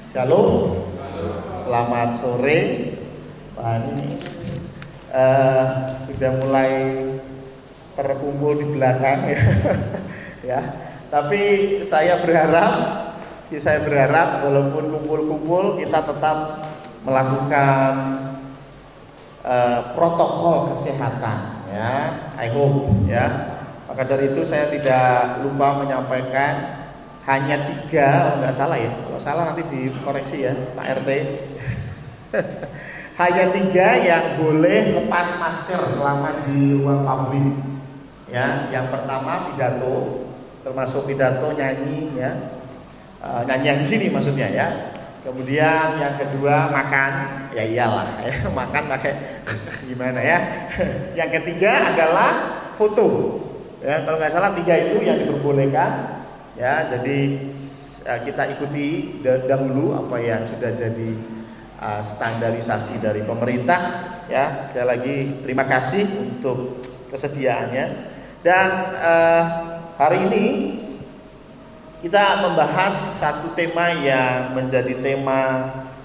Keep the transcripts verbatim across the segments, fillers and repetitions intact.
Shalom, selamat sore. Wah, ini uh, sudah mulai terkumpul di belakang ya. Ya, tapi saya berharap, ya saya berharap walaupun kumpul-kumpul kita tetap melakukan uh, protokol kesehatan ya. I hope ya. Maka dari itu saya tidak lupa menyampaikan hanya tiga, oh nggak salah ya, kalau salah nanti dikoreksi ya Pak R T. Hanya tiga yang boleh lepas masker selama di ruang publik. Ya, yang pertama pidato, termasuk pidato nyanyi ya, uh, nyanyi yang di sini maksudnya ya. Kemudian yang kedua makan, ya iyalah, ya, makan pakai gimana ya. Yang ketiga adalah foto. Ya, kalau nggak salah tiga itu yang diperbolehkan. Ya, jadi uh, kita ikuti dahulu apa yang sudah jadi uh, standarisasi dari pemerintah. Ya, sekali lagi terima kasih untuk kesediaannya. Dan uh, hari ini kita membahas satu tema yang menjadi tema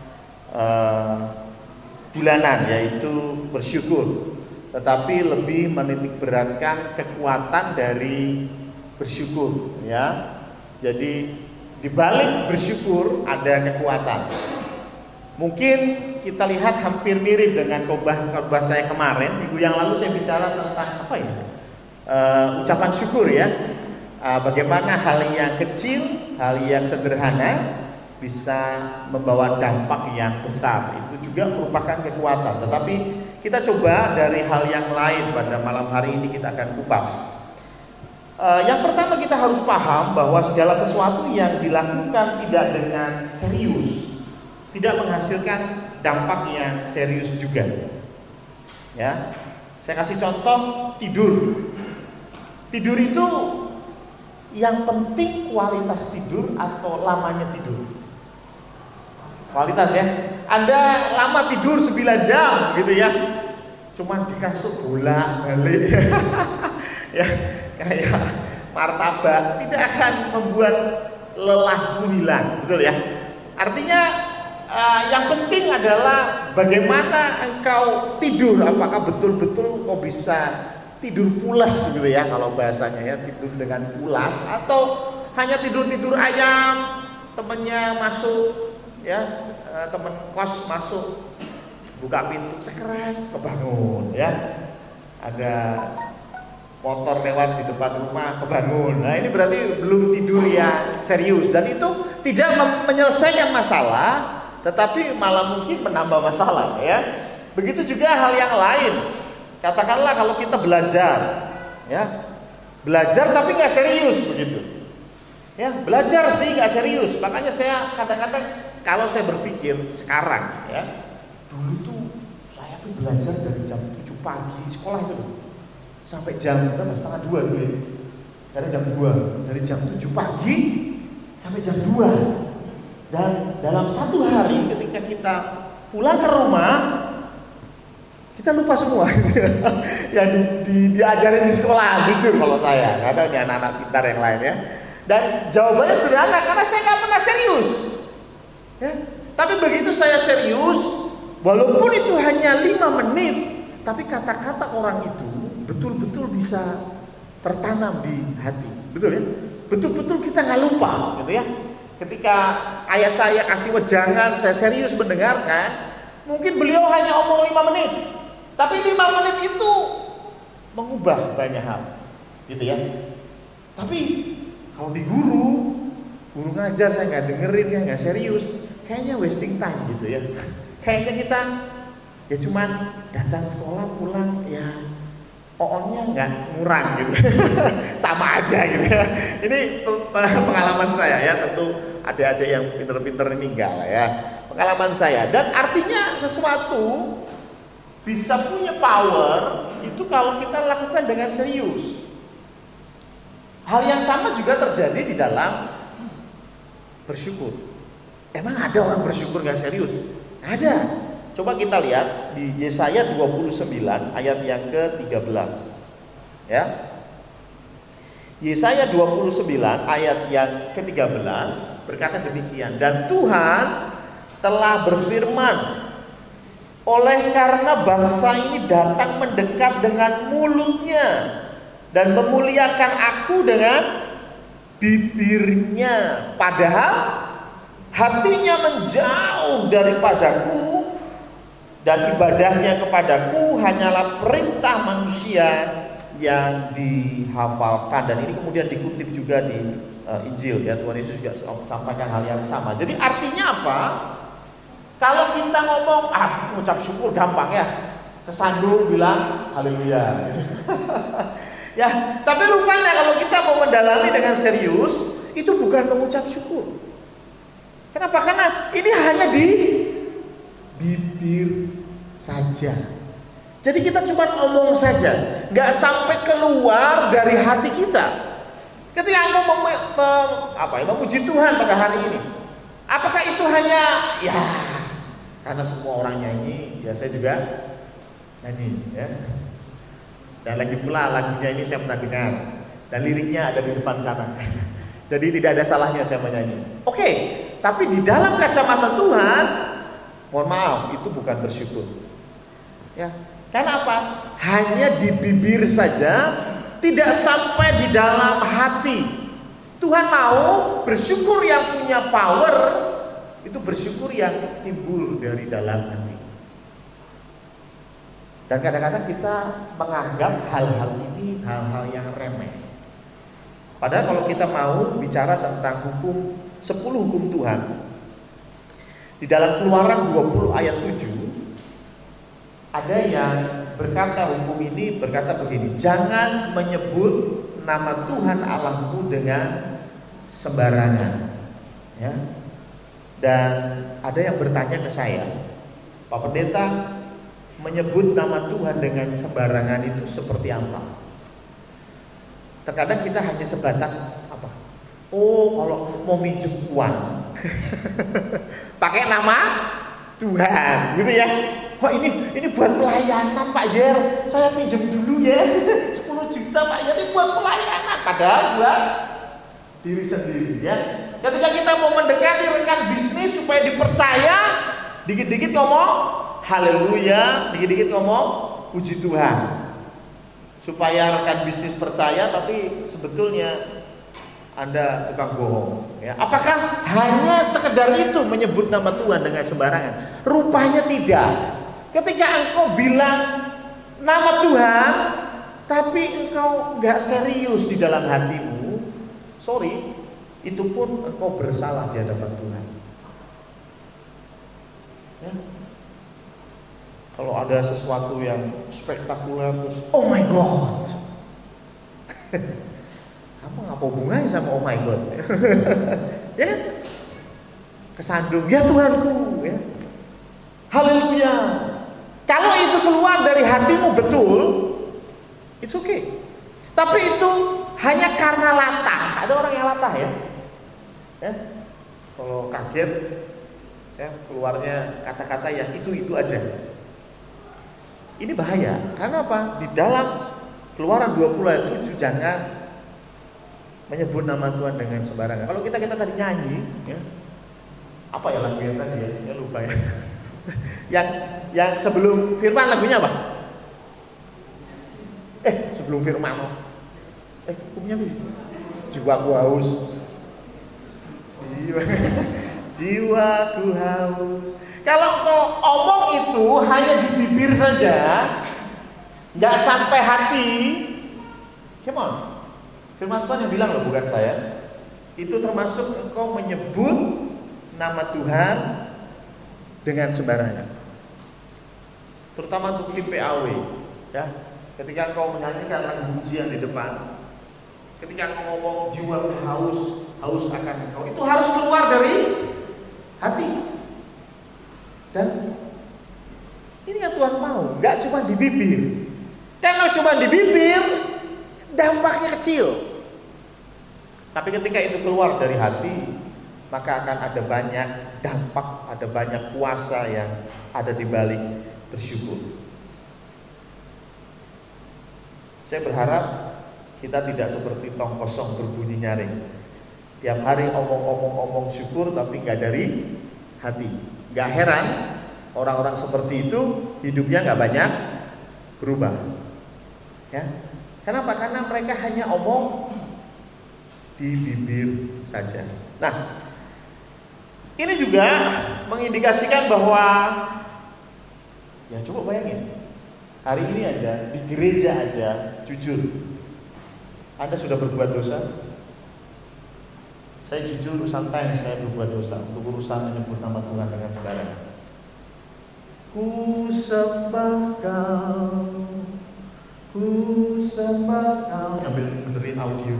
uh, bulanan, yaitu bersyukur. Tetapi lebih menitik beratkan kekuatan dari bersyukur. Ya. Jadi di balik bersyukur ada kekuatan. Mungkin kita lihat hampir mirip dengan khotbah-khotbah saya kemarin. Minggu yang lalu saya bicara tentang apa ini? Uh, ucapan syukur ya. Uh, bagaimana hal yang kecil, hal yang sederhana bisa membawa dampak yang besar. Itu juga merupakan kekuatan. Tetapi kita coba dari hal yang lain pada malam hari ini kita akan kupas. Uh, yang pertama kita harus paham bahwa segala sesuatu yang dilakukan tidak dengan serius tidak menghasilkan dampak yang serius juga. Ya, saya kasih contoh tidur. Tidur itu yang penting kualitas tidur atau lamanya tidur. Kualitas ya. Anda lama tidur sembilan jam gitu ya, cuma di kasur bolak-balik ya, kayak martabak, tidak akan membuat lelahmu hilang, betul ya. Artinya uh, yang penting adalah bagaimana engkau tidur, apakah betul-betul kau bisa tidur pulas gitu ya, kalau bahasanya ya, tidur dengan pulas, atau hanya tidur-tidur ayam, temennya masuk ya, temen kos masuk, buka pintu cekrek, kebangun ya, ada motor lewat di depan rumah, kebangun. Nah, ini berarti belum tidur yang serius, dan itu tidak menyelesaikan masalah, tetapi malah mungkin menambah masalah ya. Begitu juga hal yang lain. Katakanlah kalau kita belajar ya, belajar tapi nggak serius begitu ya, belajar sih nggak serius. Makanya saya kadang-kadang kalau saya berpikir sekarang ya, dulu tuh saya tuh belajar dari jam tujuh pagi sekolah itu sampai jam berapa, setengah dua dulu ya. Sekarang jam dua, dari jam tujuh pagi sampai jam dua. Dan dalam satu hari ketika kita pulang ke rumah, kita lupa semua yang di, di, diajarin di sekolah. Jujur kalau saya, nggak tahu nih anak-anak pintar yang lain ya. Dan jawabannya sederhana, karena saya nggak pernah serius ya. Tapi begitu saya serius, walaupun itu hanya lima menit, tapi kata-kata orang itu betul-betul bisa tertanam di hati, betul ya. Betul-betul kita nggak lupa, gitu ya. Ketika ayah saya kasih wejangan, saya serius mendengarkan. Mungkin beliau hanya omong lima menit, tapi lima menit itu mengubah banyak hal, gitu ya. Tapi kalau di guru, guru ngajar saya nggak dengerin ya, nggak serius, kayaknya wasting time gitu ya. Kayaknya kita ya cuman datang sekolah pulang ya, O-nya nggak ngurang gitu, sama aja gitu ya. Ini pengalaman saya ya, tentu ada-ada yang pinter-pinter ini enggak lah ya, pengalaman saya. Dan artinya sesuatu bisa punya power itu kalau kita lakukan dengan serius. Hal yang sama juga terjadi di dalam bersyukur. Emang ada orang bersyukur nggak serius? Ada. Coba kita lihat di Yesaya dua puluh sembilan ayat yang ke tiga belas. Ya. Yesaya dua puluh sembilan ayat yang ke tiga belas berkata demikian, dan Tuhan telah berfirman, oleh karena bangsa ini datang mendekat dengan mulutnya dan memuliakan aku dengan bibirnya, padahal hatinya menjauh daripadaku dan ibadahnya kepadaku hanyalah perintah manusia yang dihafalkan. Dan ini kemudian dikutip juga di uh, Injil ya, Tuhan Yesus juga sampaikan hal yang sama. Jadi artinya apa? Kalau kita ngomong, ah ucap syukur gampang ya, kesandung bilang haleluya. Ya, tapi rupanya kalau kita mau mendalami dengan serius, itu bukan mengucap syukur. Kenapa? Karena ini hanya di bibir saja. Jadi kita cuma omong saja, nggak sampai keluar dari hati kita. Ketika engkau mem, mem, apa, ya, memuji Tuhan pada hari ini, apakah itu hanya ya karena semua orang nyanyi, ya saya juga nyanyi ya. Dan lagi pula lagunya ini saya pernah dengar dan liriknya ada di depan sana. Jadi tidak ada salahnya saya menyanyi. Oke, tapi di dalam kacamata Tuhan, mohon maaf, itu bukan bersyukur. Ya, karena apa? Hanya di bibir saja, tidak sampai di dalam hati. Tuhan mau bersyukur yang punya power, itu bersyukur yang timbul dari dalam hati. Dan kadang-kadang kita menganggap hal-hal ini hal-hal yang remeh. Padahal kalau kita mau bicara tentang hukum, sepuluh hukum Tuhan, di dalam Keluaran dua puluh ayat tujuh, ada yang berkata hukum ini berkata begini, jangan menyebut nama Tuhan Allahmu dengan sembarangan. Ya. Dan ada yang bertanya ke saya, Pak Pendeta, menyebut nama Tuhan dengan sembarangan itu seperti apa? Terkadang kita hanya sebatas apa? Oh, kalau mau minjem uang pakai nama Tuhan, gitu ya. Wah ini ini buat pelayanan Pak Yer, saya pinjam dulu ya sepuluh juta Pak Yer, ini buat pelayanan. Padahal buat diri sendiri ya. Ketika kita mau mendekati rekan bisnis supaya dipercaya, dikit-dikit ngomong haleluya, dikit-dikit ngomong puji Tuhan. Supaya rekan bisnis percaya, tapi sebetulnya Anda tukang bohong ya. Apakah hanya sekedar itu menyebut nama Tuhan dengan sembarangan? Rupanya tidak. Ketika engkau bilang nama Tuhan tapi engkau gak serius di dalam hatimu, sorry, itu pun engkau bersalah di hadapan Tuhan ya. Kalau ada sesuatu yang spektakuler terus oh my god, apa apa hubungannya sama oh my god? Ya kan? Kesandung, ya Tuhanku ya. Haleluya. Kalau itu keluar dari hatimu betul, it's okay. Tapi itu hanya karena latah. Ada orang yang latah ya. Ya. Kalau kaget ya keluarnya kata-kata yang itu-itu aja. Ini bahaya. Karena apa? Di dalam Keluaran dua puluh ayat tujuh, jangan menyebut nama Tuhan dengan sembarangan. Kalau kita kita tadi nyanyi, ya, apa ya lagu yang tadi ya? Saya lupa ya. yang yang sebelum firman lagunya apa? Eh sebelum firman, eh hukumnya apa sih? Jiwaku haus. Jiwa, jiwaku haus. Kalau kau omong itu hanya di bibir saja, nggak sampai hati, come on. Firman Tuhan yang bilang loh, bukan saya. Itu termasuk engkau menyebut nama Tuhan dengan sembarangan. Terutama untuk tim P A W, ya. Ketika engkau menyanyikan lagu pujian di depan, ketika engkau ngomong jiwa haus, haus akan engkau, itu harus keluar dari hati. Dan ini yang Tuhan mau, nggak cuma di bibir. Kalau cuma di bibir, dampaknya kecil. Tapi ketika itu keluar dari hati, maka akan ada banyak dampak, ada banyak kuasa yang ada di balik bersyukur. Saya berharap kita tidak seperti tong kosong berbunyi nyaring. Tiap hari omong-omong-omong syukur tapi nggak dari hati. Gak heran orang-orang seperti itu hidupnya gak banyak berubah. Ya, kenapa? Karena mereka hanya omong di bibir saja. Nah, ini juga mengindikasikan bahwa, ya coba bayangin, hari ini aja di gereja aja, jujur, Anda sudah berbuat dosa? Saya jujur, santai saya berbuat dosa untuk urusan menyebut nama Tuhan dengan sembarangan. Ku sembah Kau, ku sembah Kau. Ambil benerin audio.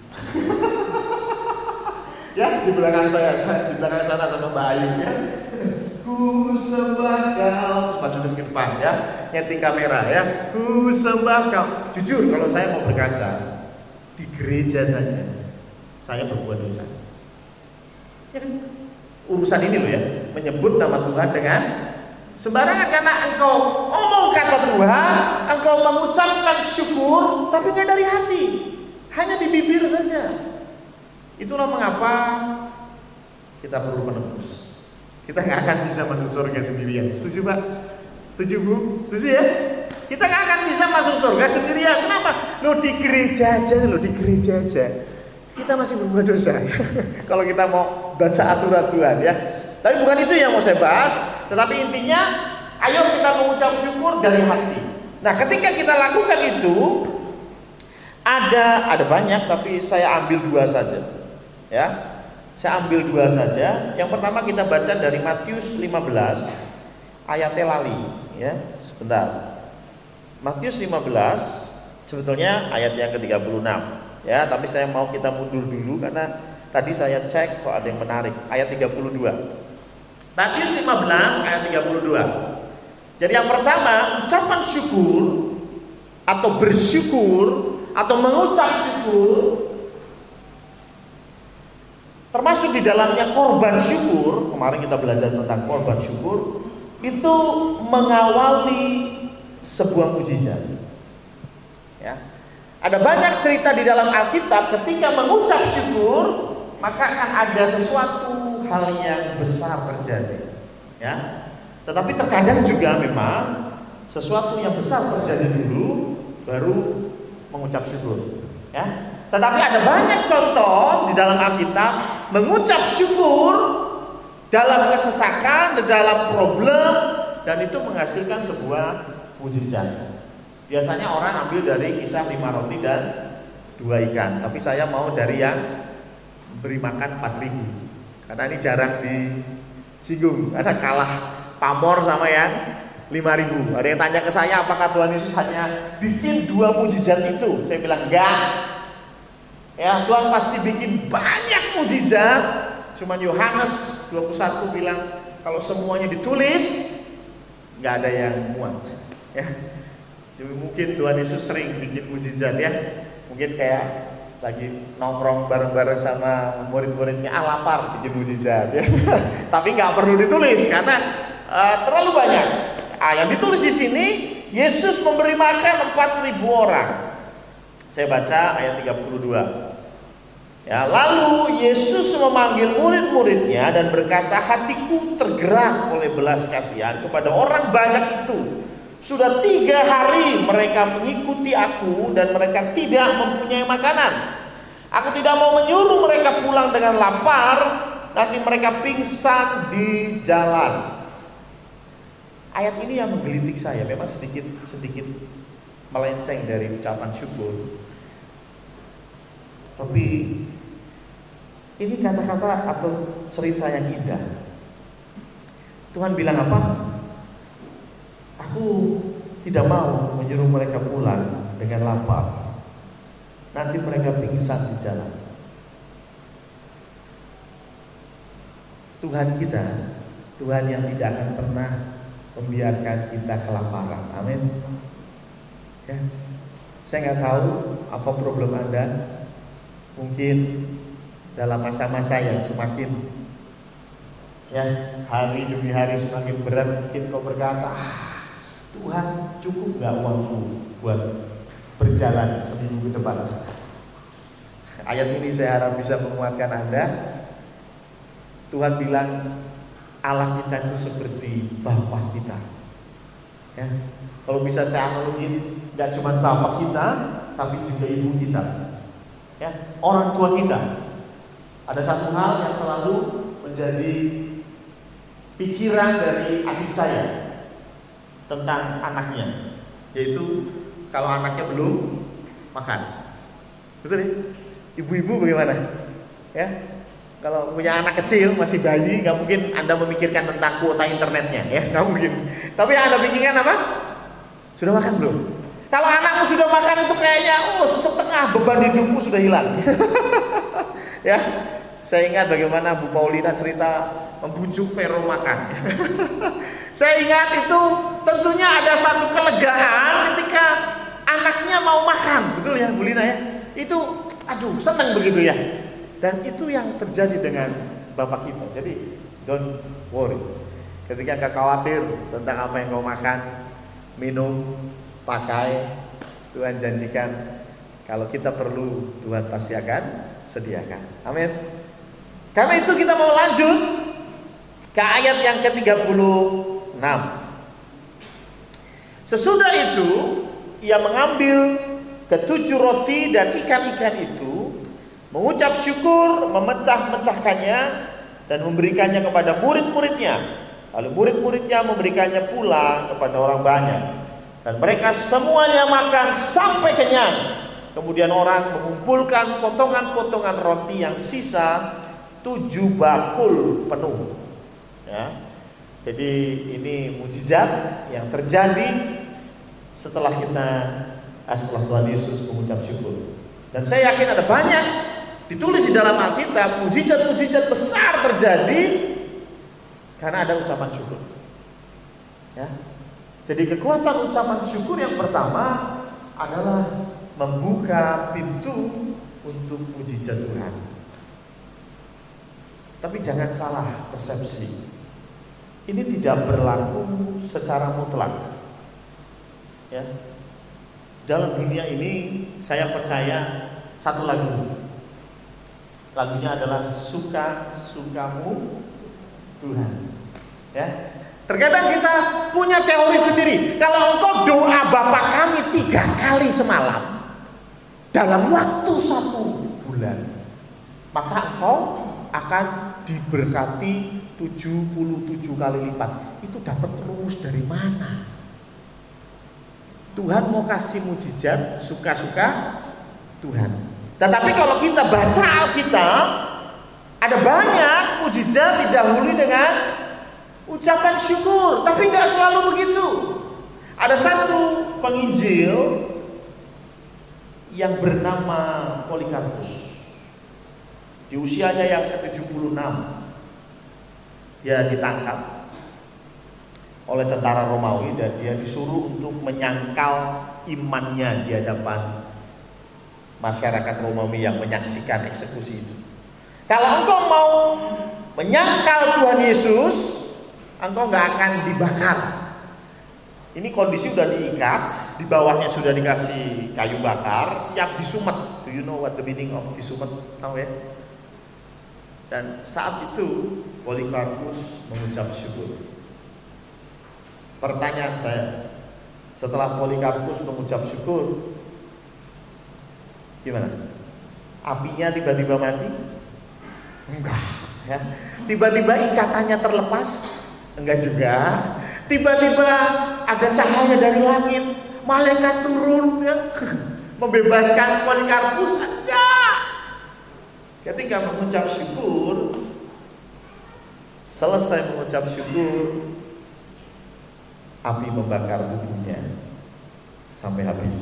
Ya, di belakang saya, saya di belakang sana sama Mbak Ayu ya. Ku sembah Kau. Terus maju ke depan ya, nyeting kamera ya. Ku sembah Kau. Jujur, kalau saya mau berkaca di gereja saja, saya berbuat dosa. Ya kan? Urusan ini loh ya, menyebut nama Tuhan dengan sembarangan karena engkau ngomong kata Tuhan, engkau mengucapkan syukur, tapi nggak dari hati, hanya di bibir saja. Itulah mengapa kita perlu menebus. Kita nggak akan bisa masuk surga sendirian. Setuju Pak? Setuju Bu? Setuju ya? Kita nggak akan bisa masuk surga sendirian. Kenapa? Loh di gereja aja, loh di gereja aja kita masih berbuat dosa. Kalau kita mau baca aturan Tuhan ya. Tapi bukan itu yang mau saya bahas. Tetapi intinya, ayo kita mengucap syukur dari hati. Nah, ketika kita lakukan itu, ada ada banyak, tapi saya ambil dua saja. Ya, saya ambil dua saja. Yang pertama kita baca dari Matius lima belas, ayatnya lali. Ya, sebentar. Matius lima belas, sebetulnya ayat yang ke tiga puluh enam. Ya, tapi saya mau kita mundur dulu karena tadi saya cek kok ada yang menarik. Ayat tiga puluh dua. Matius lima belas ayat tiga puluh dua. Jadi yang pertama, ucapan syukur atau bersyukur atau mengucap syukur, termasuk di dalamnya korban syukur. Kemarin kita belajar tentang korban syukur, itu mengawali sebuah mujizat. Ya. Ada banyak cerita di dalam Alkitab ketika mengucap syukur, maka akan ada sesuatu hal yang besar terjadi. Ya. Tetapi terkadang juga memang sesuatu yang besar terjadi dulu baru mengucap syukur. Ya. Tetapi ada banyak contoh di dalam Alkitab mengucap syukur dalam kesesakan, di dalam problem, dan itu menghasilkan sebuah mujizat. Biasanya orang ambil dari kisah lima roti dan dua ikan, tapi saya mau dari yang beri makan empat ribu. Karena ini jarang disinggung, ada kalah pamor sama yang lima ribu. Ada yang tanya ke saya, apakah Tuhan Yesus hanya bikin dua mujizat itu? Saya bilang enggak. Ya, Tuhan pasti bikin banyak mujizat. Cuman Yohanes dua puluh satu bilang kalau semuanya ditulis nggak ada yang muat. Ya. Jadi mungkin Tuhan Yesus sering bikin mujizat ya. Mungkin kayak lagi nongkrong bareng-bareng sama murid-muridnya, ah lapar bikin mujizat ya. Tapi nggak perlu ditulis karena uh, terlalu banyak. Ah, yang ditulis di sini, Yesus memberi makan empat ribu orang. Saya baca ayat tiga puluh dua. Ya, lalu Yesus memanggil murid-muridnya dan berkata, hatiku tergerak oleh belas kasihan kepada orang banyak itu. Sudah tiga hari mereka mengikuti aku dan mereka tidak mempunyai makanan. Aku tidak mau menyuruh mereka pulang dengan lapar, nanti mereka pingsan di jalan. Ayat ini yang menggelitik saya, memang sedikit sedikit melenceng dari ucapan syukur. Tapi ini kata-kata atau cerita yang indah. Tuhan bilang apa? Aku tidak mau menyuruh mereka pulang dengan lapar. Nanti mereka pingsan di jalan. Tuhan kita, Tuhan yang tidak akan pernah membiarkan kita kelaparan. Amin. Ya. Saya nggak tahu apa problem Anda. Mungkin dalam masa-masa yang semakin ya hari demi hari semakin berat, mungkin kau berkata, ah, Tuhan cukup nggak uangku buat berjalan seminggu ke depan. Ayat ini saya harap bisa menguatkan Anda. Tuhan bilang, Allah kita itu seperti Bapa kita. Ya, kalau bisa saya analogin, nggak cuma Bapa kita, tapi juga ibu kita. Ya, orang tua kita. Ada satu hal yang selalu menjadi pikiran dari adik saya tentang anaknya, yaitu kalau anaknya belum makan. Betul ya? Ibu-ibu bagaimana? Ya, kalau punya anak kecil masih bayi, nggak mungkin Anda memikirkan tentang kuota internetnya, ya nggak mungkin. Tapi yang Anda pikirkan apa? Sudah makan belum? Kalau anakmu sudah makan itu kayaknya, oh setengah beban hidupmu sudah hilang. Ya, saya ingat bagaimana Bu Paulina cerita membujuk Vero makan. Saya ingat itu tentunya ada satu kelegaan ketika anaknya mau makan, betul ya Bu Lina ya? Itu aduh senang begitu ya. Dan itu yang terjadi dengan Bapak kita. Jadi don't worry. Ketika nggak khawatir tentang apa yang kau makan, minum, pakai, Tuhan janjikan kalau kita perlu, Tuhan pasti akan sediakan. Amin. Karena itu kita mau lanjut ke ayat yang ke tiga puluh enam. Sesudah itu ia mengambil ketujuh roti dan ikan-ikan itu, mengucap syukur, memecah-mecahkannya dan memberikannya kepada murid-muridnya. Lalu murid-muridnya memberikannya pula kepada orang banyak. Dan mereka semuanya makan sampai kenyang. Kemudian orang mengumpulkan potongan-potongan roti yang sisa tujuh bakul penuh. Ya. Jadi ini mujizat yang terjadi setelah kita setelah Tuhan Yesus mengucap syukur. Dan saya yakin ada banyak ditulis di dalam Alkitab mujizat-mujizat besar terjadi karena ada ucapan syukur. Ya. Jadi kekuatan ucapan syukur yang pertama adalah membuka pintu untuk mujizat Tuhan. Tapi jangan salah persepsi. Ini tidak berlaku secara mutlak. Ya. Dalam dunia ini saya percaya satu lagu. Lagunya adalah Suka-sukamu Tuhan. Ya. Terkadang kita punya teori sendiri. Kalau engkau doa Bapa kami tiga kali semalam dalam waktu satu bulan, maka engkau akan diberkati tujuh puluh tujuh kali lipat. Itu dapat rumus dari mana? Tuhan mau kasih mujizat suka-suka Tuhan. Tetapi kalau kita baca Alkitab, ada banyak mujizat didahului dengan ucapan syukur, tapi nggak selalu begitu. Ada satu penginjil yang bernama Polikarpus. Di usianya yang ke tujuh puluh enam, dia ditangkap oleh tentara Romawi dan dia disuruh untuk menyangkal imannya di hadapan masyarakat Romawi yang menyaksikan eksekusi itu. Kalau engkau mau menyangkal Tuhan Yesus, engkau nggak akan dibakar. Ini kondisi sudah diikat, di bawahnya sudah dikasih kayu bakar, siap disumet. Do you know what the meaning of disumet? Tahu ya? Dan saat itu Polikarpus mengucap syukur. Pertanyaan saya, setelah Polikarpus mengucap syukur, gimana? Apinya tiba-tiba mati? Enggak, ya. Tiba-tiba ikatannya terlepas? Enggak juga. Tiba-tiba ada cahaya dari langit, malaikat turun, ya, membebaskan Polikarpus? Enggak. Ketika mengucap syukur, selesai mengucap syukur, api membakar tubuhnya sampai habis.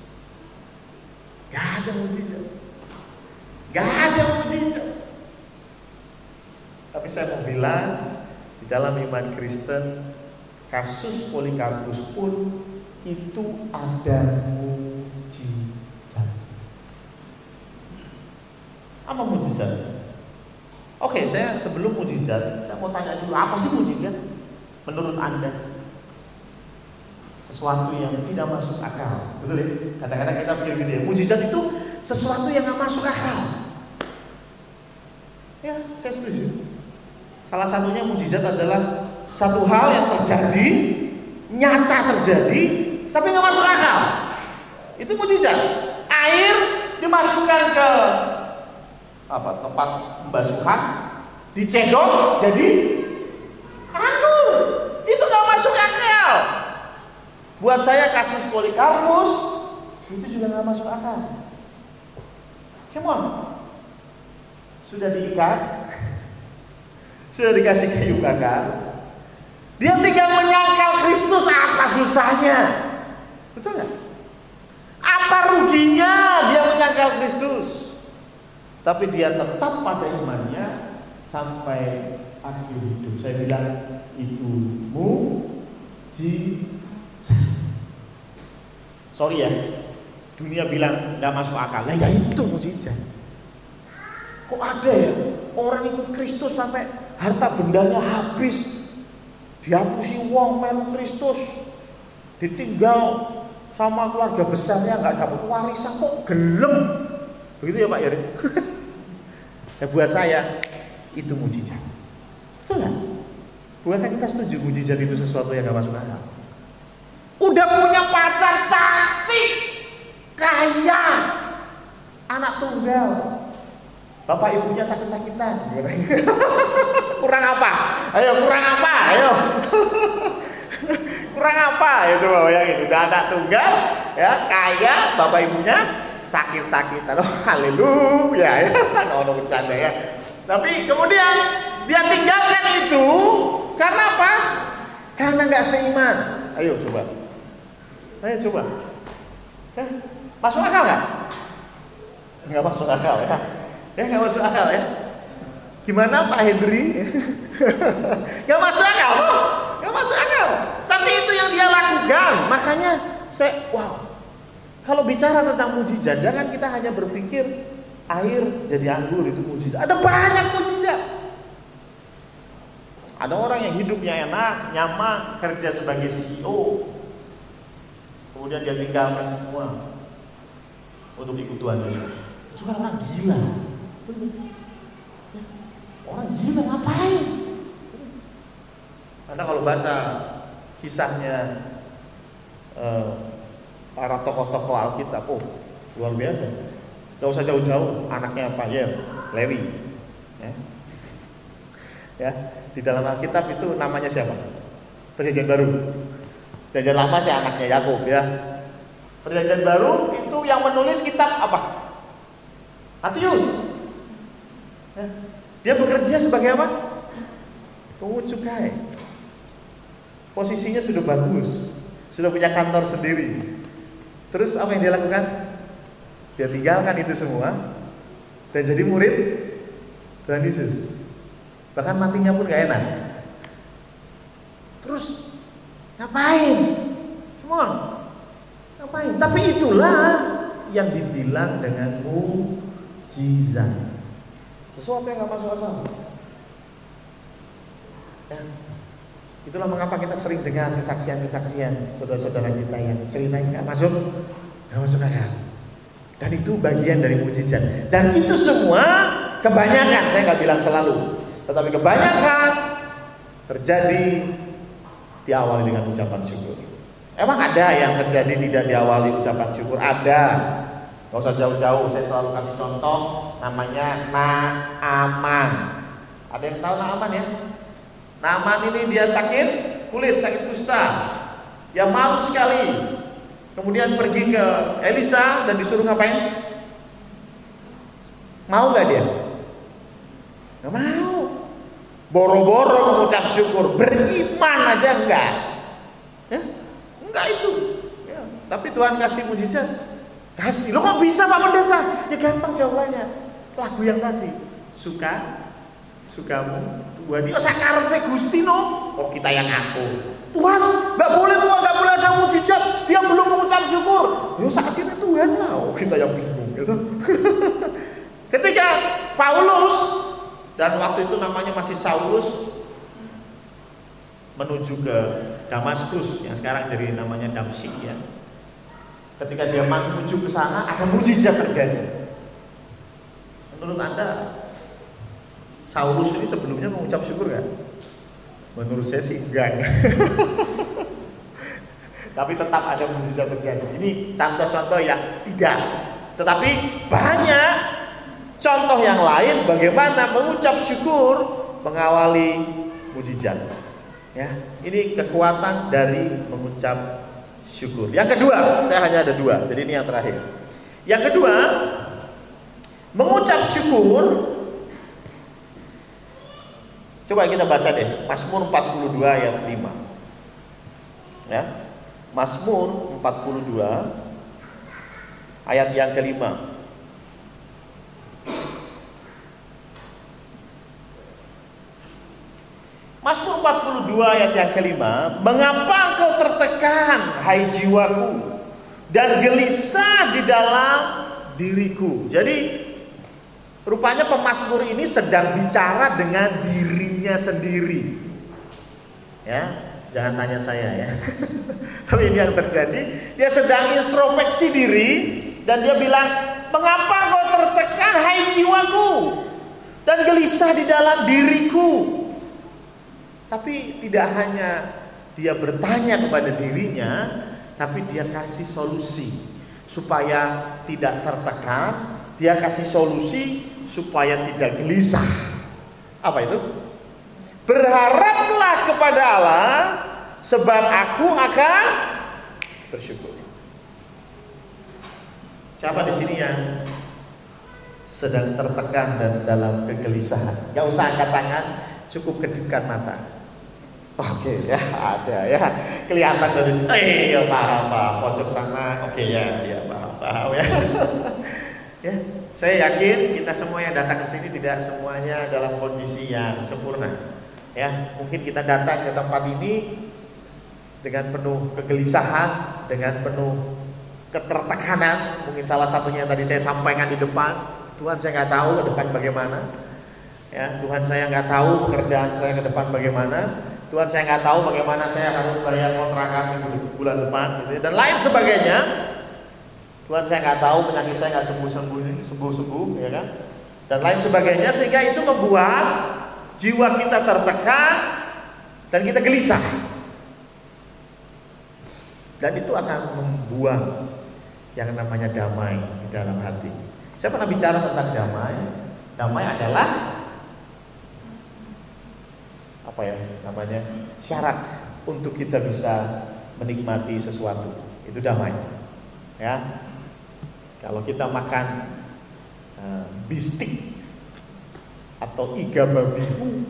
Gak ada mujizat, gak ada mujizat. Tapi saya mau bilang, di dalam iman Kristen, kasus Polikarpus pun itu ada mujizat. Apa mujizat? Oke, saya sebelum mujizat, saya mau tanya dulu, apa sih mujizat menurut Anda? Sesuatu yang tidak masuk akal, betul ya? Kadang-kadang kita pikir gitu ya, mujizat itu sesuatu yang gak masuk akal. Ya, saya setuju. Salah satunya mujizat adalah satu hal yang terjadi, nyata terjadi, tapi nggak masuk akal. Itu mujizat. Air dimasukkan ke apa tempat pembasuhan, dicedok jadi anggur. Itu nggak masuk akal. Buat saya kasus Polikarpus itu juga nggak masuk akal. Come on, sudah diikat, sudah dikasih kayu bakar, dia tinggal menyangkal Kristus, apa susahnya? Betul nggak? Apa ruginya dia menyangkal Kristus? Tapi dia tetap pada imannya sampai akhir hidup. Saya bilang itu mujizat. Sorry ya, dunia bilang nggak masuk akal. Lah ya itu mujizat. Kok ada ya orang ikut Kristus sampai harta bendanya habis, dihapusi wong melu Kristus, ditinggal sama keluarga besarnya nggak dapat warisan, kok gelem? Begitu ya Pak Yari? Ya buat saya itu mujizat. Betul nggak? Bukankah kita setuju mujizat itu sesuatu yang nggak masuk akal? Udah punya pacar cantik, kaya, anak tunggal, bapak ibunya sakit-sakitan. Kurang apa? Ayo kurang apa? Ayo. Kurang apa? Ya coba bayangin, udah anak tunggal, ya kaya, bapak ibunya sakit-sakitan. Oh, haleluya. Ya, ono bercanda ya. Tapi kemudian dia tinggalkan itu karena apa? Karena nggak seiman. Ayo coba. Ayo coba. Ya, masuk akal nggak? Nggak masuk akal ya. Ya nggak masuk akal ya. Gimana Pak Hendri? Nggak masuk akal, oh? Nggak masuk akal. Tapi itu yang dia lakukan. Makanya saya, wow. Kalau bicara tentang mujizat, jangan kita hanya berpikir air jadi anggur itu mujizat. Ada banyak mujizat. Ada orang yang hidupnya enak, nyaman, kerja sebagai C E O, kemudian dia tinggalkan semua untuk ikut Tuhan Yesus. Itu kan orang gila. Orang gila ngapain? Anda kalau baca kisahnya eh, para tokoh-tokoh Alkitab, oh luar biasa. Gak usah jauh-jauh, anaknya Pak Yel, Lewi, ya. Ya, di dalam Alkitab itu namanya siapa? Perjanjian Baru. Perjanjian Lama sih anaknya Yakub, ya. Perjanjian Baru itu yang menulis kitab apa? Matius. Ya. Dia bekerja sebagai apa? Pungut cukai. Posisinya sudah bagus, sudah punya kantor sendiri. Terus apa yang dia lakukan? Dia tinggalkan itu semua dan jadi murid Tuhan Yesus. Bahkan matinya pun gak enak. Terus ngapain? Come on. Ngapain? Tapi itulah yang dibilang dengan mujizat. Sesuatu yang gak masuk akal. Ya. Itulah mengapa kita sering dengar kesaksian-kesaksian saudara-saudara kita yang ceritanya gak masuk, gak masuk akal. Dan itu bagian dari mujizat. Dan itu semua kebanyakan, saya nggak bilang selalu, tetapi kebanyakan terjadi diawali dengan ucapan syukur. Emang ada yang terjadi tidak diawali ucapan syukur? Ada. Gak usah jauh-jauh, saya selalu kasih contoh, namanya Naaman. Ada yang tahu Naaman ya? Naaman ini dia sakit kulit, sakit kusta. Dia malu sekali. Kemudian pergi ke Elisa dan disuruh ngapain? Mau gak dia? Gak mau. Boro-boro mengucap syukur, beriman aja enggak. Ya? Enggak itu. Ya. Tapi Tuhan kasih mujizat. Kasih. Lo kok bisa Pak Pendeta? Ya gampang jawabannya. Lagu yang tadi. Suka, sukamu Tuhan. Yo sakarepe Gusti no. Oh kita yang ngatur. Tuhan, nggak boleh Tuhan, nggak boleh ada mujizat. Dia belum mengucap syukur. Yo saksinya Tuhan lah. Oh kita yang bingung gitu. Ketika Paulus dan waktu itu namanya masih Saulus menuju ke Damaskus yang sekarang jadi namanya Damsyik ya. Ketika dia menuju ke sana ada mujizat terjadi. Menurut Anda Saulus ini sebelumnya mengucap syukur kan? Menurut saya sih enggak ya. Tapi tetap ada mukjizat terjadi. Ini contoh-contoh yang tidak. Tetapi banyak contoh yang lain bagaimana mengucap syukur mengawali mukjizat. Ya, ini kekuatan dari mengucap syukur. Yang kedua, saya hanya ada dua. Jadi ini yang terakhir. Yang kedua, mengucap syukur. Coba kita baca deh Mazmur empat puluh dua ayat lima. Ya. Mazmur empat puluh dua ayat yang kelima. Mazmur empat puluh dua ayat yang kelima, mengapa engkau tertekan hai jiwaku dan gelisah di dalam diriku. Jadi rupanya pemazmur ini sedang bicara dengan dirinya sendiri. Ya. Jangan tanya saya ya. Tapi ini yang terjadi. Dia sedang introspeksi diri dan dia bilang, mengapa kau tertekan hai jiwaku dan gelisah di dalam diriku. Tapi tidak hanya dia bertanya kepada dirinya, tapi dia kasih solusi supaya tidak tertekan. Dia kasih solusi supaya tidak gelisah. Apa itu? Berharaplah kepada Allah, sebab aku akan bersyukur. Siapa di sini yang sedang tertekan dan dalam kegelisahan? Gak usah angkat tangan, cukup kedipkan mata. Oke ya, ada ya, kelihatan dari sini. Eh, ya paham, paham. Pojok sana. Oke ya, ya paham, paham ya. Ya, saya yakin kita semua yang datang ke sini tidak semuanya dalam kondisi yang sempurna. Ya, mungkin kita datang ke tempat ini dengan penuh kegelisahan, dengan penuh ketertekanan. Mungkin salah satunya yang tadi saya sampaikan di depan, Tuhan saya nggak tahu ke depan bagaimana. Ya, Tuhan saya nggak tahu pekerjaan saya ke depan bagaimana. Tuhan saya nggak tahu bagaimana saya harus bayar kontrakan bulan depan, gitu ya, dan lain sebagainya. Tuhan saya nggak tahu penyakit saya nggak sembuh sembuh sembuh sembuh, ya kan? Dan lain sebagainya, sehingga itu membuat jiwa kita tertekan dan kita gelisah. Dan itu akan membuang yang namanya damai di dalam hati. Saya pernah bicara tentang damai. Damai adalah apa ya namanya? Syarat untuk kita bisa menikmati sesuatu. Itu damai. Ya. Kalau kita makan uh, bistik atau iga babi,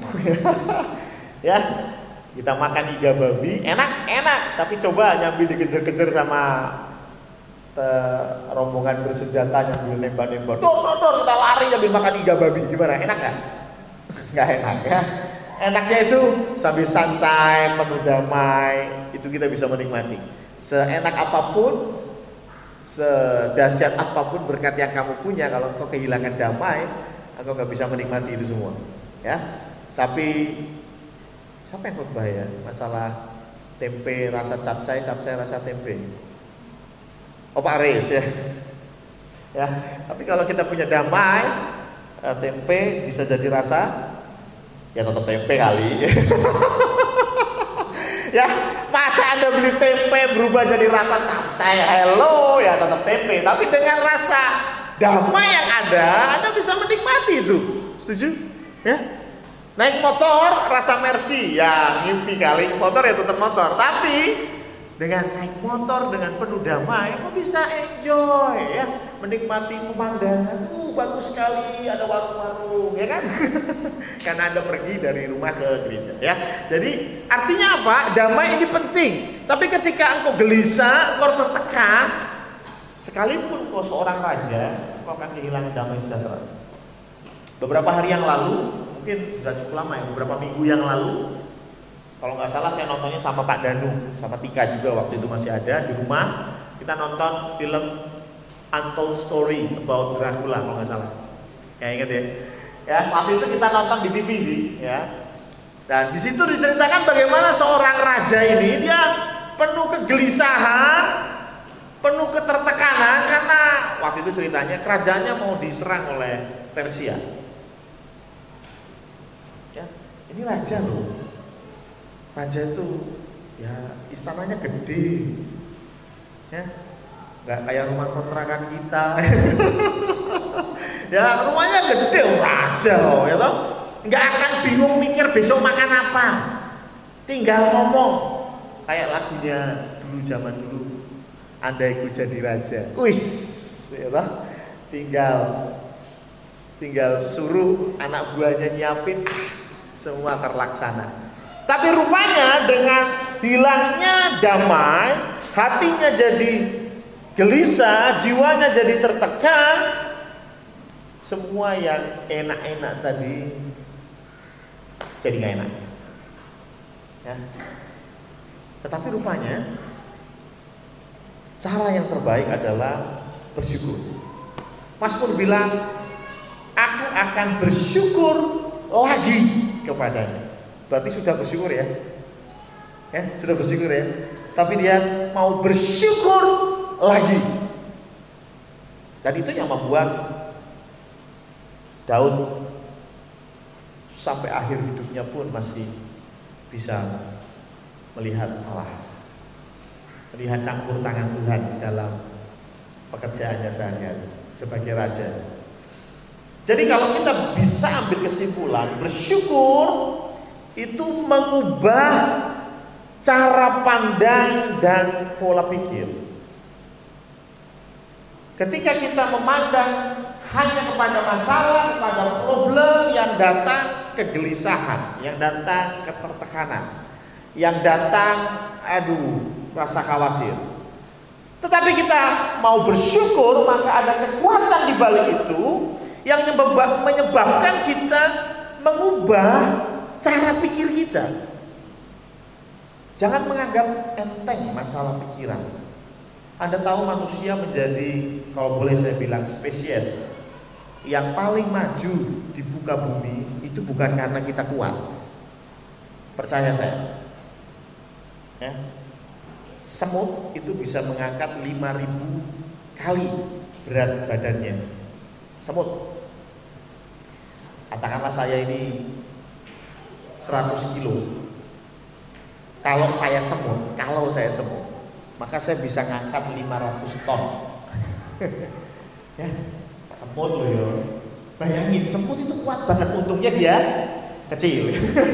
ya kita makan iga babi, enak enak, tapi coba nyambil dikejar-kejar sama te, rombongan bersenjata nyambil nembak-nembak, dor dor dor kita lari nyambil makan iga babi, gimana? Enak nggak? Nggak enak ya. Enaknya itu sambil santai, penuh damai, itu kita bisa menikmati. Seenak apapun, sedahsyat apapun berkat yang kamu punya, kalau kau kehilangan damai, aku nggak bisa menikmati itu semua, ya. Tapi siapa yang khotbah ya? Masalah tempe rasa capcay, capcay rasa tempe. Oh Pak Aris ya. Ya. Tapi kalau kita punya damai, tempe bisa jadi rasa, ya tetap tempe kali. Ya, masa Anda beli tempe berubah jadi rasa capcay? Hello, ya tetap tempe. Tapi dengan rasa damai yang ada, Anda bisa menikmati itu. Setuju? Ya. Naik motor rasa Mercy, ya ngimpi kali. Motor ya tetap motor. Tapi dengan naik motor dengan penuh damai, kok bisa enjoy ya, menikmati pemandangan. Uh, bagus sekali, ada warung-warung, ya kan? Karena Anda pergi dari rumah ke gereja, ya. Jadi artinya apa? Damai ini penting. Tapi ketika engkau gelisah, engkau tertekan, sekalipun kau seorang raja, kau akan kehilangan damai sejahtera. Beberapa hari yang lalu, mungkin sudah cukup lama ya, beberapa minggu yang lalu, kalau nggak salah saya nontonnya sama Pak Danu, sama Tika juga waktu itu masih ada di rumah. Kita nonton film Untold Story about Dracula kalau nggak salah. Ya ingat ya. Ya waktu itu kita nonton di T V sih, ya. Dan di situ diceritakan bagaimana seorang raja ini dia penuh kegelisahan, penuh ketertekanan karena waktu itu ceritanya kerajaannya mau diserang oleh Persia. Ini raja loh. Raja itu ya istananya gede, ya nggak kayak rumah kontrakan kita. Ya rumahnya gede, raja loh, ya toh. Nggak akan bingung mikir besok makan apa, tinggal ngomong kayak lagunya dulu zaman dulu. Andai ku jadi raja, wis, ya toh. Tinggal tinggal suruh anak buahnya nyiapin, ah, semua terlaksana. Tapi rupanya dengan hilangnya damai, hatinya jadi gelisah, jiwanya jadi tertekan, semua yang enak-enak tadi jadi gak enak, ya. Tetapi rupanya cara yang terbaik adalah bersyukur. Mazmur bilang, aku akan bersyukur lagi kepadanya. Berarti sudah bersyukur ya, ya sudah bersyukur ya. Tapi dia mau bersyukur lagi. Dan itu yang membuat Daud sampai akhir hidupnya pun masih bisa melihat Allah, melihat campur tangan Tuhan di dalam pekerjaannya sehari-hari sebagai raja. Jadi kalau kita bisa ambil kesimpulan, bersyukur itu mengubah cara pandang dan pola pikir. Ketika kita memandang hanya kepada masalah, kepada problem, yang datang kegelisahan, yang datang ketertekanan, yang datang aduh rasa khawatir. Tetapi kita mau bersyukur, maka ada kekuatan di balik itu yang menyebabkan kita mengubah cara pikir kita. Jangan menganggap enteng masalah pikiran. Anda tahu manusia menjadi, kalau boleh saya bilang, spesies yang paling maju di muka bumi itu bukan karena kita kuat. Percaya saya, ya. Semut itu bisa mengangkat lima ribu kali berat badannya. Semut. Katakanlah saya ini seratus kilo. Kalau saya semut, kalau saya semut, maka saya bisa ngangkat lima ratus ton. Ya, semut loh ya. Bayangin, semut itu kuat banget, untungnya dia kecil.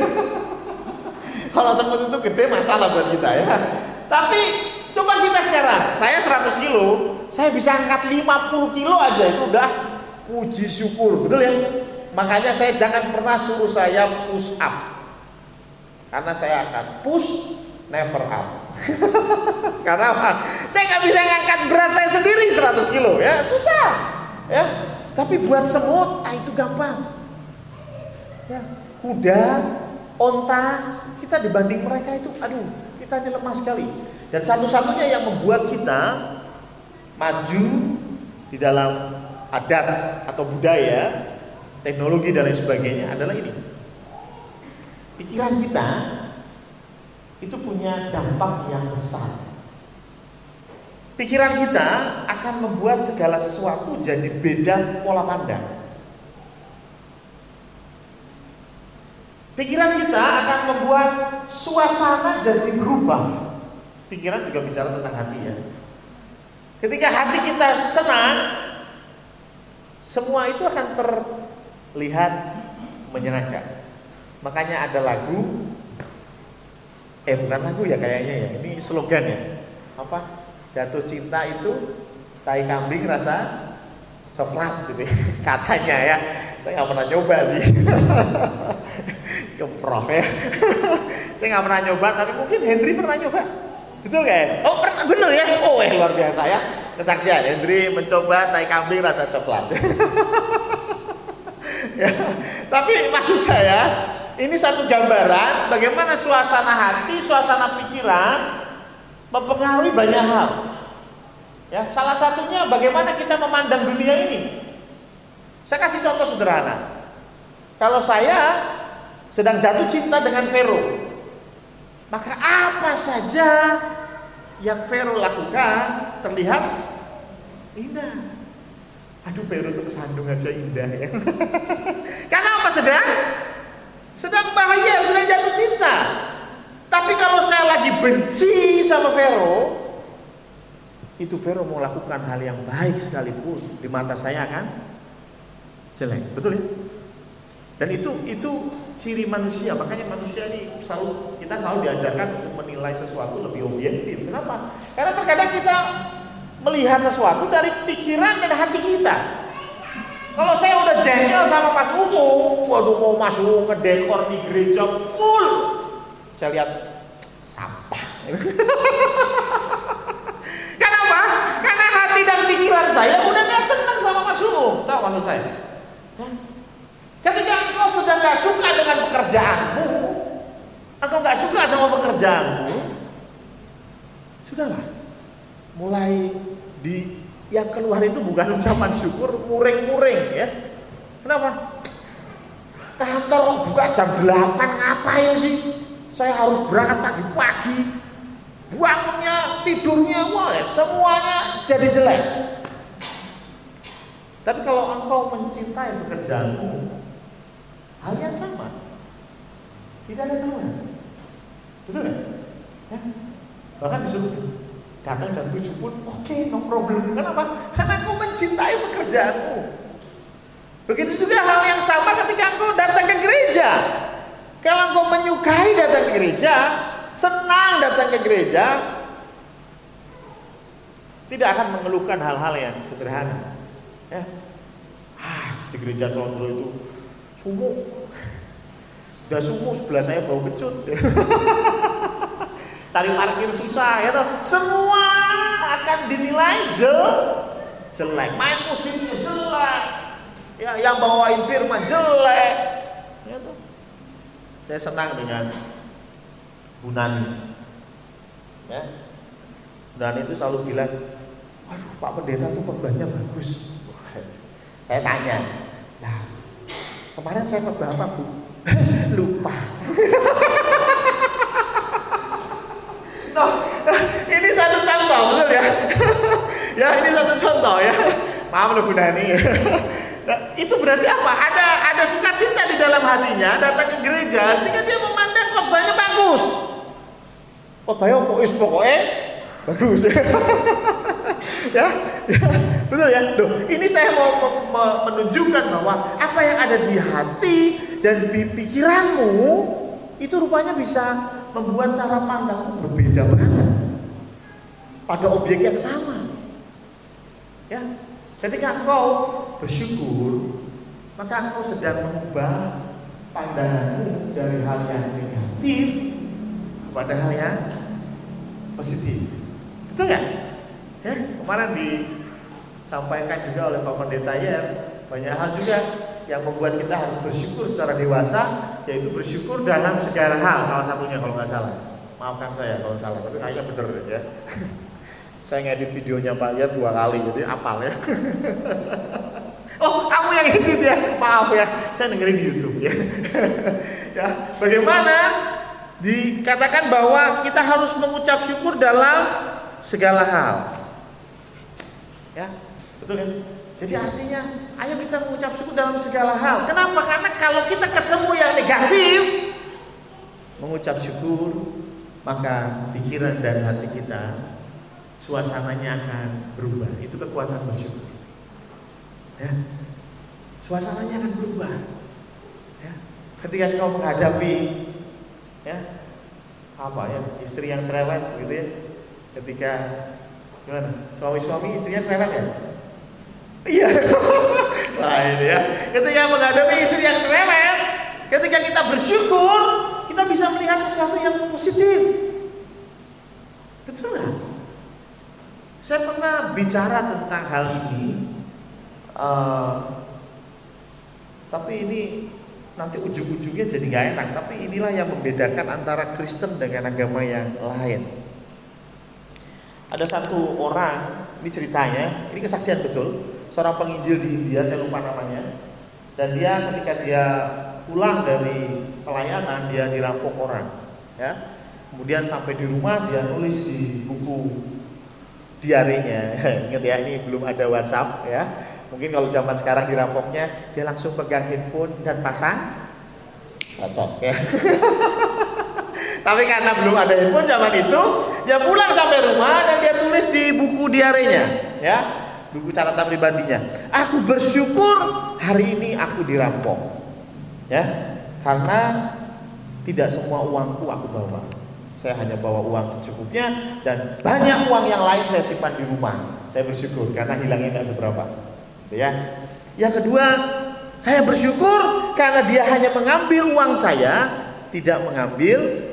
Kalau semut itu gede masalah buat kita ya. Tapi coba kita sekarang, saya seratus kilo, saya bisa angkat lima puluh kilo aja, itu udah puji syukur, betul ya? Makanya saya jangan pernah suruh saya push up, karena saya akan push never up. Karena apa? Saya nggak bisa ngangkat berat saya sendiri seratus kilo, ya susah, ya. Tapi buat semut, ah itu gampang. Ya, kuda, onta, kita dibanding mereka itu, aduh, kita ini lemah sekali. Dan satu-satunya yang membuat kita maju di dalam adat atau budaya, teknologi dan lain sebagainya adalah ini. Pikiran kita itu punya dampak yang besar. Pikiran kita akan membuat segala sesuatu jadi beda pola pandang. Pikiran kita akan membuat suasana jadi berubah. Pikiran juga bicara tentang hati ya. Ketika hati kita senang, semua itu akan terlihat menyenangkan. Makanya ada lagu, eh bukan lagu ya kayaknya ya, ini slogan ya. Apa? Jatuh cinta itu tai kambing rasa coklat gitu. Katanya ya. Saya nggak pernah nyoba sih. Keprof ya. Saya nggak pernah nyoba, tapi mungkin Henry pernah nyoba. Betul nggak ya? Oh pernah, bener ya? Oh eh luar biasa ya. Kesaksian Henry mencoba tai kambing rasa coklat. Ya, tapi maksud saya ini satu gambaran bagaimana suasana hati, suasana pikiran mempengaruhi banyak hal. Ya, salah satunya bagaimana kita memandang dunia ini. Saya kasih contoh sederhana. Kalau saya sedang jatuh cinta dengan Vero, maka apa saja yang Vero lakukan terlihat indah. Aduh, Vero itu kesandung aja indah ya. Karena apa sedang? sedang bahagia, sedang jatuh cinta. Tapi kalau saya lagi benci sama Vero, itu Vero mau lakukan hal yang baik sekalipun di mata saya akan jelek, betul ya? Dan itu itu ciri manusia. Makanya manusia ini selalu kita selalu diajarkan untuk menilai sesuatu lebih objektif. Kenapa? Karena terkadang kita melihat sesuatu dari pikiran dan hati kita. Kalau saya udah jengkel sama Mas Ungu, waduh mau Mas Ungu ngedekor di gereja full, saya lihat sampah. Kenapa? Karena hati dan pikiran saya udah gak senang sama Mas Ungu. Tahu maksud saya? Ketika engkau sedang gak suka dengan pekerjaanmu, engkau gak suka sama pekerjaanmu, sudahlah, mulai di yang keluar itu bukan ucapan syukur, muring-muring ya. Kenapa? Kantor buka jam delapan, ngapain sih? Saya harus berangkat pagi-pagi, bangunnya, tidurnya, wah, semuanya jadi jelek. Tapi kalau engkau mencintai pekerjaanmu, hal yang sama, tidak ada keluhan, betul ya? Ya? Bahkan disuruh datang jam tujuh pun oke, okay, no problem. Kenapa? Karena engkau mencintai pekerjaanmu. Begitu juga hal yang sama ketika engkau datang ke gereja. Kalau engkau menyukai datang ke gereja, senang datang ke gereja, tidak akan mengeluhkan hal-hal yang sederhana. Ya. Ah, di gereja Condro itu sumuk. Udah sumuk, sebelah saya bau kecut. Cari parkir susah ya toh. Semua akan dinilai jelek. Main musiknya jelek. Ya, yang bawain firman jelek. Ya toh. Saya senang dengan Bu Nani. Ya. Bu Nani itu selalu bilang, "Waduh, Pak Pendeta tuh khotbahnya bagus." Saya tanya, "Lah, kemarin saya khotbah apa, Bu?" Lupa. Nah, ini satu contoh, betul ya? Ya, ini satu contoh ya. Maaf loh Bu Nani. Nah, itu berarti apa? Ada ada sukacita di dalam hatinya datang ke gereja sehingga dia memandang khotbahnya bagus. Khotbahnya apa? Is pokoknya bagus. Ya, ya, betul ya. Duh, ini saya mau menunjukkan bahwa apa yang ada di hati dan di pikiranmu itu rupanya bisa membuat cara pandangmu berbeda banget pada objek yang sama. Ya, ketika engkau bersyukur, maka engkau sedang mengubah pandanganmu dari hal yang negatif kepada hal yang positif. Betul nggak? Ya, kemarin disampaikan juga oleh Pak Pendeta ya, banyak hal juga yang membuat kita harus bersyukur secara dewasa, yaitu bersyukur dalam segala hal. Salah satunya kalau nggak salah, maafkan saya kalau salah, tapi kayaknya bener ya. Saya ngedit videonya Pak Yat dua kali, jadi apal ya. Oh, kamu yang edit ya, maaf ya, saya dengerin di YouTube ya. Ya, bagaimana dikatakan bahwa kita harus mengucap syukur dalam segala hal. Ya, betul ya. Jadi artinya, ayo kita mengucap syukur dalam segala hal. Kenapa? Karena kalau kita ketemu yang negatif, mengucap syukur, maka pikiran dan hati kita, suasananya akan berubah. Itu kekuatan bersyukur. Ya, suasananya akan berubah. Ya, ketika kau menghadapi, ya, apa ya, istri yang cerewet, gitu ya. Ketika gimana? Suami-suami istrinya cerewet ya? Iya. Nah ini ya. Ketika menghadapi istri yang cerewet, ketika kita bersyukur, kita bisa melihat sesuatu yang positif. Betul nggak? Saya pernah bicara tentang hal ini, uh, tapi ini nanti ujung-ujungnya jadi nggak enak. Tapi inilah yang membedakan antara Kristen dengan agama yang lain. Ada satu orang, ini ceritanya, ini kesaksian betul, seorang penginjil di India, saya lupa namanya. Dan dia ketika dia pulang dari pelayanan, dia dirampok orang, ya. Kemudian sampai di rumah dia nulis di buku diarinya. Ingat ya, ini belum ada WhatsApp ya. Mungkin kalau zaman sekarang dirampoknya, dia langsung pegang handphone dan pasang Cocok ya. Tapi karena belum ada handphone zaman itu, dia pulang sampai rumah dan dia tulis di buku diarenya, ya, buku catatan pribadinya. Aku bersyukur hari ini aku dirampok, ya, karena tidak semua uangku aku bawa. Saya hanya bawa uang secukupnya dan banyak uang yang lain saya simpan di rumah. Saya bersyukur karena hilangnya nggak seberapa, gitu ya. Yang kedua, saya bersyukur karena dia hanya mengambil uang saya, tidak mengambil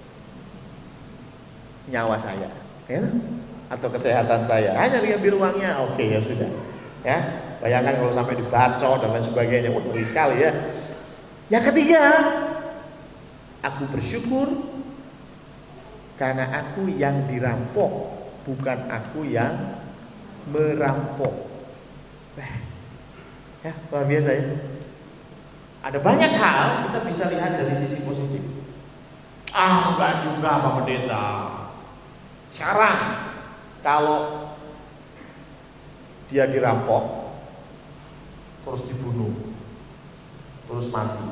nyawa saya, ya, atau kesehatan saya. Hanya diambil uangnya, oke ya sudah, ya. Bayangkan kalau sampai dibacok dan lain sebagainya, oh, ngeri sekali ya. Yang ketiga, aku bersyukur karena aku yang dirampok, bukan aku yang merampok. Ya, luar biasa ya. Ada banyak hal kita bisa lihat dari sisi positif. Ah, enggak juga Pak Pendeta. Sekarang kalau dia dirampok, terus dibunuh, terus mati,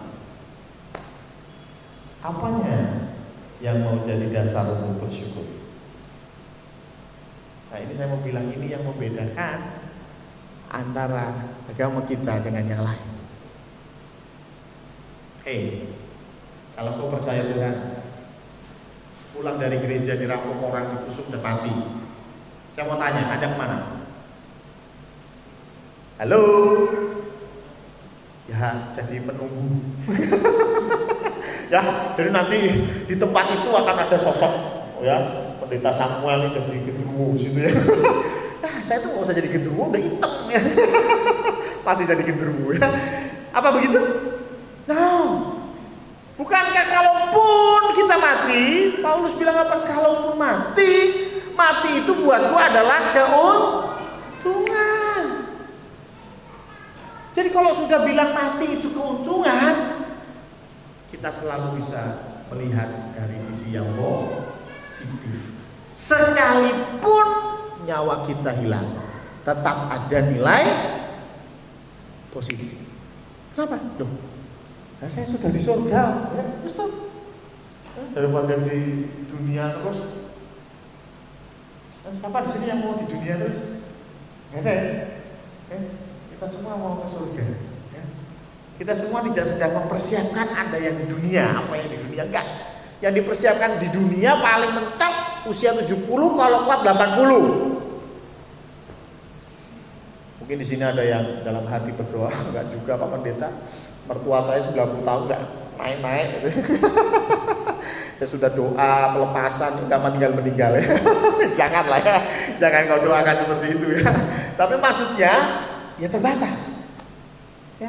apanya yang mau jadi dasar untuk bersyukur? Nah, ini saya mau bilang ini yang membedakan antara agama kita dengan yang lain. Hei, kalau kau percaya Tuhan, pulang dari gereja dirampok orang, ditusuk dan mati, saya mau tanya, Anda kemana? Halo? Ya, jadi penunggu. Ya, jadi nanti di tempat itu akan ada sosok, ya, Pendeta Samuel ini jadi genderuwo gitu ya. Ah, saya tuh nggak usah jadi genderuwo, udah hitam ya. Pasti jadi genderuwo ya. Apa begitu? Nah, bukankah kalaupun kita mati, Paulus bilang apa? Kalaupun mati, mati itu buatku adalah keuntungan. Jadi kalau sudah bilang mati itu keuntungan, kita selalu bisa melihat dari sisi yang positif. Sekalipun nyawa kita hilang, tetap ada nilai positif. Kenapa? Loh, nah, saya sudah di surga, ya, terus toh, daripada di dunia terus. Nah, siapa di sini yang mau di dunia terus? Gak ada ya? Eh, kita semua mau ke surga. Ya. Kita semua tidak sedang mempersiapkan ada yang di dunia, apa yang di dunia enggak. Yang dipersiapkan di dunia paling mentok usia tujuh puluh, kalau kuat delapan puluh. Mungkin di sini ada yang dalam hati berdoa, enggak juga Pak Pendeta. Mertua saya sembilan puluh tahun enggak naik-naik gitu. Saya sudah doa pelepasan, enggak meninggal meninggal ya. Janganlah ya, jangan kau doakan seperti itu ya. Tapi maksudnya ya terbatas. Ya.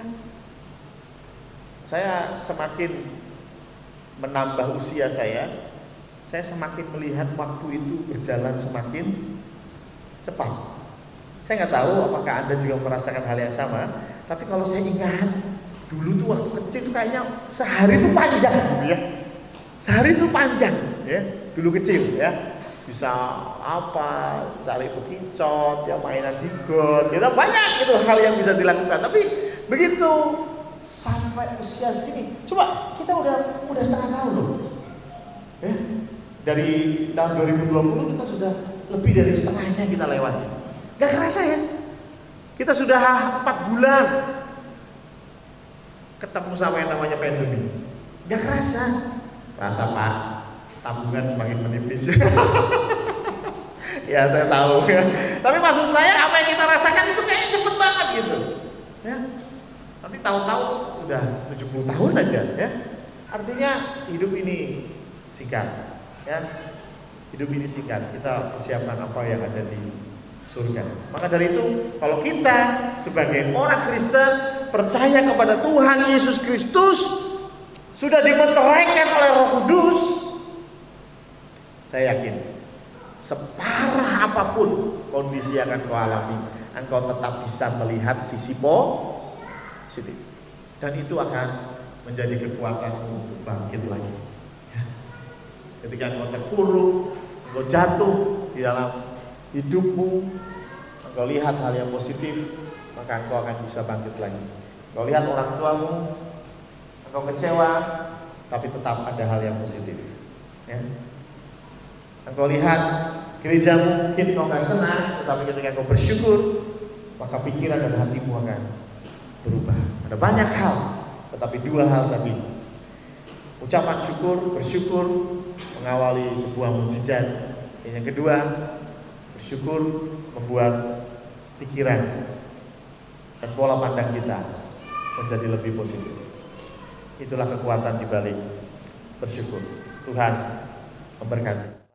Saya semakin menambah usia saya, saya semakin melihat waktu itu berjalan semakin cepat. Saya nggak tahu apakah Anda juga merasakan hal yang sama. Tapi kalau saya ingat dulu tuh waktu kecil tuh kayaknya sehari itu panjang gitu ya. Sehari itu panjang ya, dulu kecil ya. Bisa apa, cari bekicot, ya mainan di got, ya banyak itu hal yang bisa dilakukan. Tapi begitu sampai usia segini, coba kita udah udah setengah tahun loh. Ya, dari tahun dua ribu dua puluh kita sudah lebih dari setengahnya kita lewati. Gak kerasa ya. Kita sudah empat bulan ketemu sama yang namanya pandemi. Gak kerasa. Rasa Pak, tabungan semakin menipis. Ya saya tahu ya. Tapi maksud saya apa yang kita rasakan itu kayaknya cepet banget gitu. Ya. Nanti tahu-tahu udah tujuh puluh tahun aja ya. Artinya hidup ini singkat ya. Hidup ini singkat. Kita persiapkan apa yang ada di surga. Maka dari itu, kalau kita sebagai orang Kristen percaya kepada Tuhan Yesus Kristus, sudah dimeteraikan oleh Roh Kudus, saya yakin separah apapun kondisi yang akan kau alami, engkau tetap bisa melihat sisi positif, dan itu akan menjadi kekuatanmu untuk bangkit lagi. Ketika engkau terpuruk, engkau jatuh di dalam hidupmu, engkau lihat hal yang positif, maka engkau akan bisa bangkit lagi. Engkau lihat orang tuamu, engkau engkau kecewa, tapi tetap ada hal yang positif. Ya. Engkau lihat gerejamu mungkin engkau gak senang, tetapi ketika engkau bersyukur, maka pikiran dan hatimu akan berubah. Ada banyak hal, tetapi dua hal tadi, ucapan syukur, bersyukur mengawali sebuah mukjizat. Yang kedua, bersyukur membuat pikiran dan pola pandang kita menjadi lebih positif. Itulah kekuatan di balik bersyukur. Tuhan memberkati.